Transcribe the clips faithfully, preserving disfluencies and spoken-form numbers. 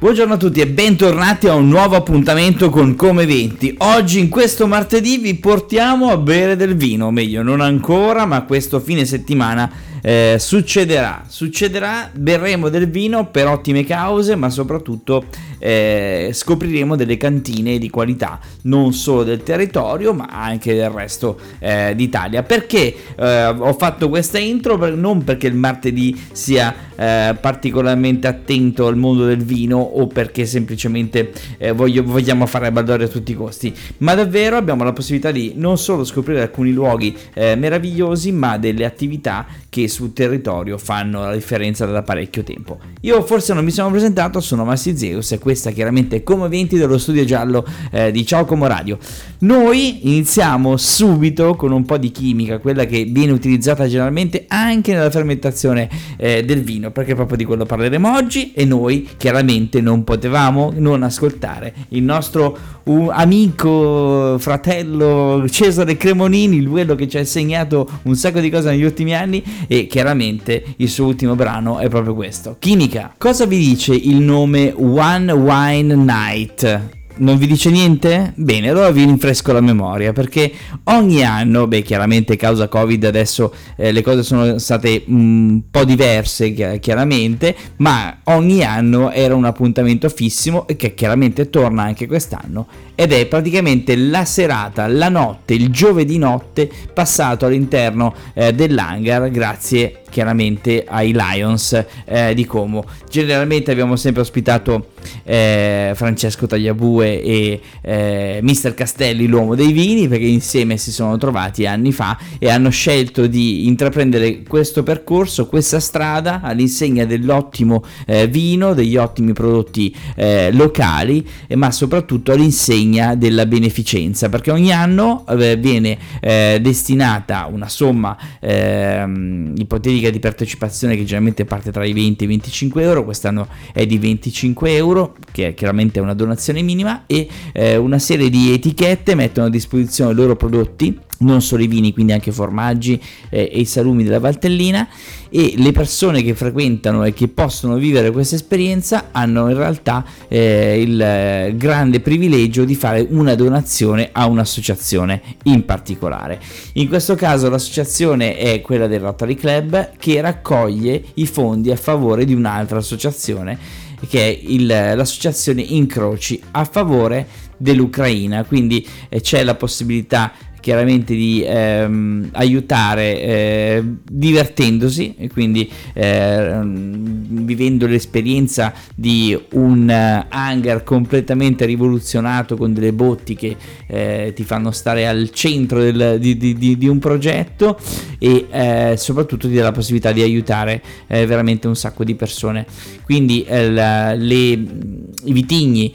Buongiorno a tutti e bentornati a un nuovo appuntamento con Come venti. Oggi in questo martedì vi portiamo a bere del vino, o meglio non ancora, ma questo fine settimana eh, succederà. Succederà, berremo del vino per ottime cause, ma soprattutto eh, scopriremo delle cantine di qualità, non solo del territorio ma anche del resto eh, d'Italia. Perché eh, ho fatto questa intro? Non perché il martedì sia eh, particolarmente attento al mondo del vino o perché semplicemente eh, voglio, vogliamo fare baldoria a tutti i costi, ma davvero abbiamo la possibilità di non solo scoprire alcuni luoghi eh, meravigliosi, ma delle attività che sul territorio fanno la differenza da parecchio tempo. Io forse non mi sono presentato, sono Massi Zeus e questa chiaramente è Come venti dello studio giallo eh, di Ciao Como Radio. Noi iniziamo subito con un po' di chimica, quella che viene utilizzata generalmente anche nella fermentazione eh, del vino, perché proprio di quello parleremo oggi e noi chiaramente non potevamo non ascoltare il nostro uh, amico, fratello Cesare Cremonini, quello che ci ha insegnato un sacco di cose negli ultimi anni, e chiaramente il suo ultimo brano è proprio questo, Chimica. Cosa vi dice il nome One Wine Night? Non vi dice niente? Bene, allora vi rinfresco la memoria, perché ogni anno, beh chiaramente causa Covid adesso eh, le cose sono state un po' diverse chiaramente, ma ogni anno era un appuntamento fissimo e che chiaramente torna anche quest'anno, ed è praticamente la serata, la notte, il giovedì notte passato all'interno eh, dell'hangar grazie chiaramente ai Lions eh, di Como. Generalmente abbiamo sempre ospitato eh, Francesco Tagliabue e eh, mister Castelli, l'uomo dei vini, perché insieme si sono trovati anni fa e hanno scelto di intraprendere questo percorso, questa strada all'insegna dell'ottimo eh, vino, degli ottimi prodotti eh, locali, eh, ma soprattutto all'insegna della beneficenza, perché ogni anno eh, viene eh, destinata una somma eh, ipotetica di partecipazione che generalmente parte tra i venti e i venticinque euro. Quest'anno è di venticinque euro, che è chiaramente una donazione minima, e eh, una serie di etichette mettono a disposizione i loro prodotti, non solo i vini, quindi anche formaggi eh, e i salumi della Valtellina, e le persone che frequentano e che possono vivere questa esperienza hanno in realtà eh, il eh, grande privilegio di fare una donazione a un'associazione in particolare. In questo caso l'associazione è quella del Rotary Club, che raccoglie i fondi a favore di un'altra associazione, che è il, l'associazione Incroci a favore dell'Ucraina. Quindi eh, c'è la possibilità chiaramente di ehm, aiutare eh, divertendosi, e quindi eh, vivendo l'esperienza di un uh, hangar completamente rivoluzionato con delle botti che eh, ti fanno stare al centro del, di, di, di, di un progetto, e eh, soprattutto ti dà la possibilità di aiutare eh, veramente un sacco di persone. Quindi eh, la, le, i vitigni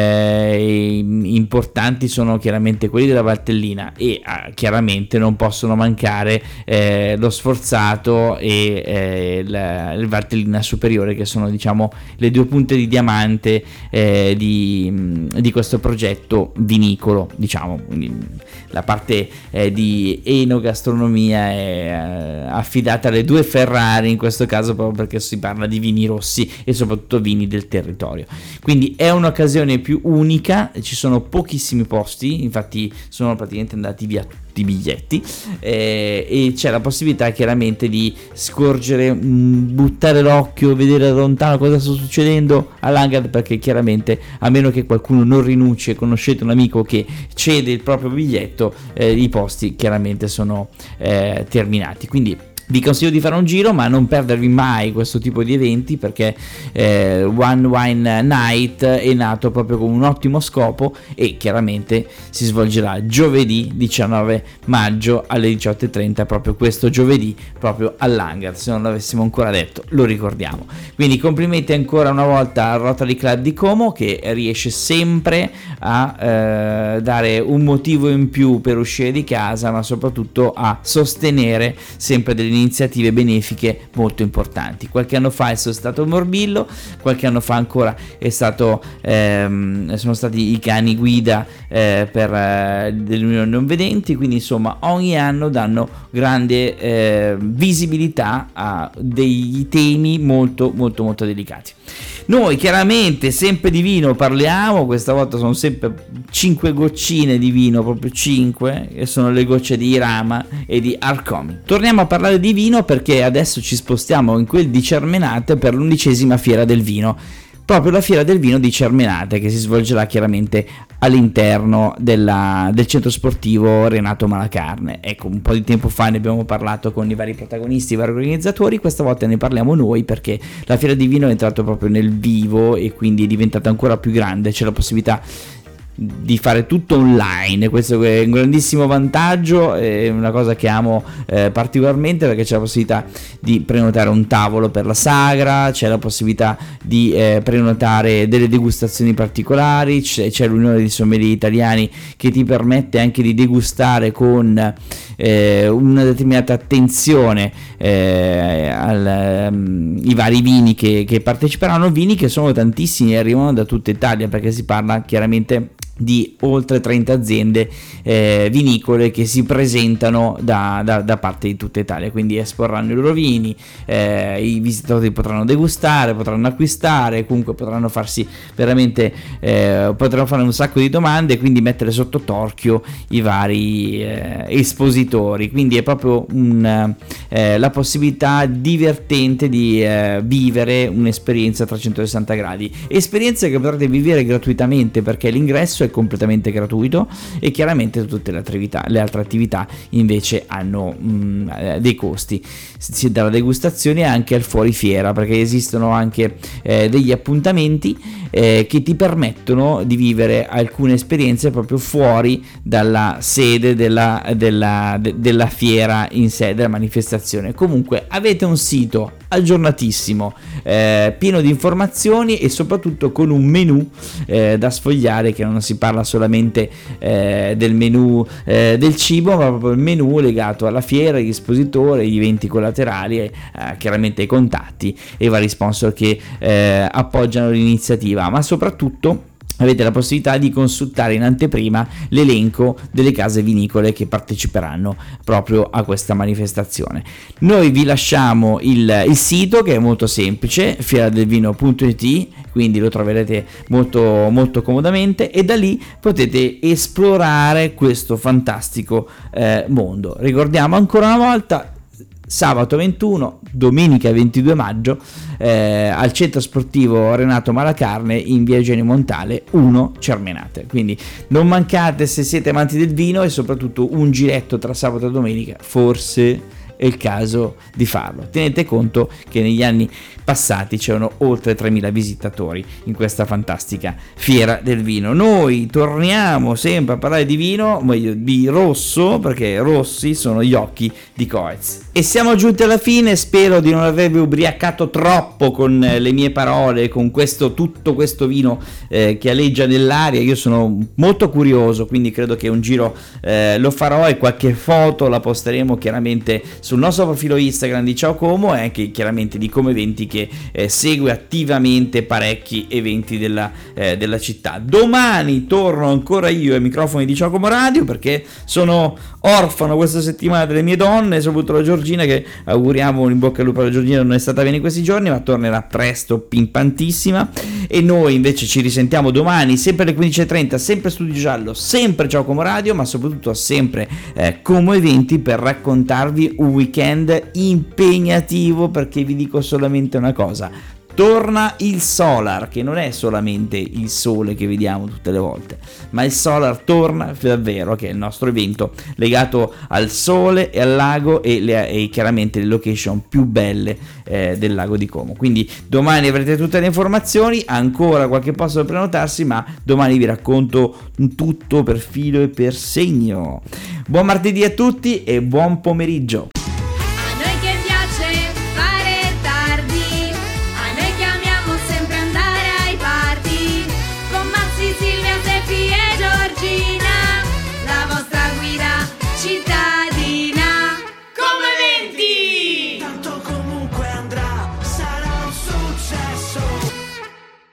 eh, importanti sono chiaramente quelli della Valtellina, e chiaramente non possono mancare eh, lo Sforzato e eh, il, il Valtellina Superiore, che sono diciamo le due punte di diamante eh, di, di questo progetto vinicolo, diciamo. Quindi la parte eh, di enogastronomia è eh, affidata alle due Ferrari in questo caso, proprio perché si parla di vini rossi e soprattutto vini del territorio. Quindi è un'occasione più unica, ci sono pochissimi posti, infatti sono praticamente andati via tutti i biglietti eh, e c'è la possibilità chiaramente di scorgere, mh, buttare l'occhio, vedere da lontano cosa sta succedendo all'hangar, perché chiaramente a meno che qualcuno non rinunci e conoscete un amico che cede il proprio biglietto, eh, i posti chiaramente sono eh, terminati. Quindi vi consiglio di fare un giro, ma non perdervi mai questo tipo di eventi, perché eh, One Wine Night è nato proprio con un ottimo scopo e chiaramente si svolgerà giovedì diciannove maggio alle diciotto e trenta, proprio questo giovedì, proprio all'hangar. Se non l'avessimo ancora detto, lo ricordiamo. Quindi complimenti ancora una volta al Rotary Club di Como, che riesce sempre a eh, dare un motivo in più per uscire di casa, ma soprattutto a sostenere sempre delle iniziative benefiche molto importanti. Qualche anno fa è stato il Morbillo, qualche anno fa ancora è stato ehm, sono stati i cani guida eh, per eh, dell'Unione Non Vedenti. Quindi insomma ogni anno danno grande eh, visibilità a dei temi molto molto molto delicati. Noi chiaramente sempre di vino parliamo, questa volta sono sempre cinque goccine di vino, proprio cinque, che sono le gocce di Irama e di Arcomi. Torniamo a parlare di vino perché adesso ci spostiamo in quel di Cermenate per l'undicesima fiera del vino. Proprio la fiera del vino di Cermenate, che si svolgerà chiaramente all'interno della, del centro sportivo Renato Malacarne. Ecco, un po' di tempo fa ne abbiamo parlato con i vari protagonisti, i vari organizzatori, questa volta ne parliamo noi perché la fiera di vino è entrata proprio nel vivo e quindi è diventata ancora più grande, c'è la possibilità di fare tutto online. Questo è un grandissimo vantaggio, è una cosa che amo eh, particolarmente, perché c'è la possibilità di prenotare un tavolo per la sagra, c'è la possibilità di eh, prenotare delle degustazioni particolari, c'è, c'è l'Unione di Sommelier Italiani che ti permette anche di degustare con eh, una determinata attenzione eh, al, um, i vari vini che, che parteciperanno, vini che sono tantissimi e arrivano da tutta Italia, perché si parla chiaramente di oltre trenta aziende eh, vinicole che si presentano da, da, da parte di tutta Italia, quindi esporranno i loro vini, eh, i visitatori potranno degustare, potranno acquistare, comunque potranno farsi veramente eh, potranno fare un sacco di domande e quindi mettere sotto torchio i vari eh, espositori, quindi è proprio un, eh, la possibilità divertente di eh, vivere un'esperienza a trecentosessanta gradi, esperienza che potrete vivere gratuitamente perché l'ingresso è completamente gratuito e chiaramente tutte le attività, le altre attività invece hanno mh, dei costi, sia dalla degustazione anche al fuorifiera, perché esistono anche eh, degli appuntamenti eh, che ti permettono di vivere alcune esperienze proprio fuori dalla sede della, della, de, della fiera in sé, della manifestazione. Comunque avete un sito aggiornatissimo, eh, pieno di informazioni e soprattutto con un menu eh, da sfogliare, che non si parla solamente eh, del menu eh, del cibo, ma proprio il menu legato alla fiera, agli espositori, agli eventi collaterali, eh, chiaramente ai contatti e i vari sponsor che eh, appoggiano l'iniziativa, ma soprattutto avete la possibilità di consultare in anteprima l'elenco delle case vinicole che parteciperanno proprio a questa manifestazione. Noi vi lasciamo il, il sito, che è molto semplice, fieradelvino punto it, quindi lo troverete molto molto comodamente e da lì potete esplorare questo fantastico eh, mondo. Ricordiamo ancora una volta: sabato ventuno, domenica ventidue maggio eh, al centro sportivo Renato Malacarne in via Eugenio Montale uno Cermenate, quindi non mancate se siete amanti del vino, e soprattutto un giretto tra sabato e domenica forse è il caso di farlo. Tenete conto che negli anni passati c'erano oltre tremila visitatori in questa fantastica fiera del vino. Noi torniamo sempre a parlare di vino, meglio di rosso, perché rossi sono gli occhi di Coez. E siamo giunti alla fine, spero di non avervi ubriacato troppo con le mie parole, con questo tutto questo vino eh, che aleggia nell'aria. Io sono molto curioso, quindi credo che un giro eh, lo farò e qualche foto la posteremo chiaramente sul nostro profilo Instagram di Ciao Como, e anche chiaramente di Como Eventi, che eh, segue attivamente parecchi eventi della, eh, della città. Domani torno ancora io ai microfoni di Ciao Como Radio, perché sono orfano questa settimana delle mie donne, soprattutto la Giorgina, che auguriamo un in bocca al lupo alla Giorgina, non è stata bene in questi giorni, ma tornerà presto, pimpantissima. E noi invece ci risentiamo domani sempre alle quindici e trenta, sempre Studio Giallo, sempre Ciao Como Radio, ma soprattutto sempre eh, Como Eventi, per raccontarvi un weekend impegnativo, perché vi dico solamente una cosa: torna il Solar, che non è solamente il sole che vediamo tutte le volte, ma il Solar torna davvero, che è il nostro evento legato al sole e al lago e, le, e chiaramente le location più belle eh, del lago di Como. Quindi domani avrete tutte le informazioni, ancora qualche posto da prenotarsi, ma domani vi racconto tutto per filo e per segno. Buon martedì a tutti e buon pomeriggio.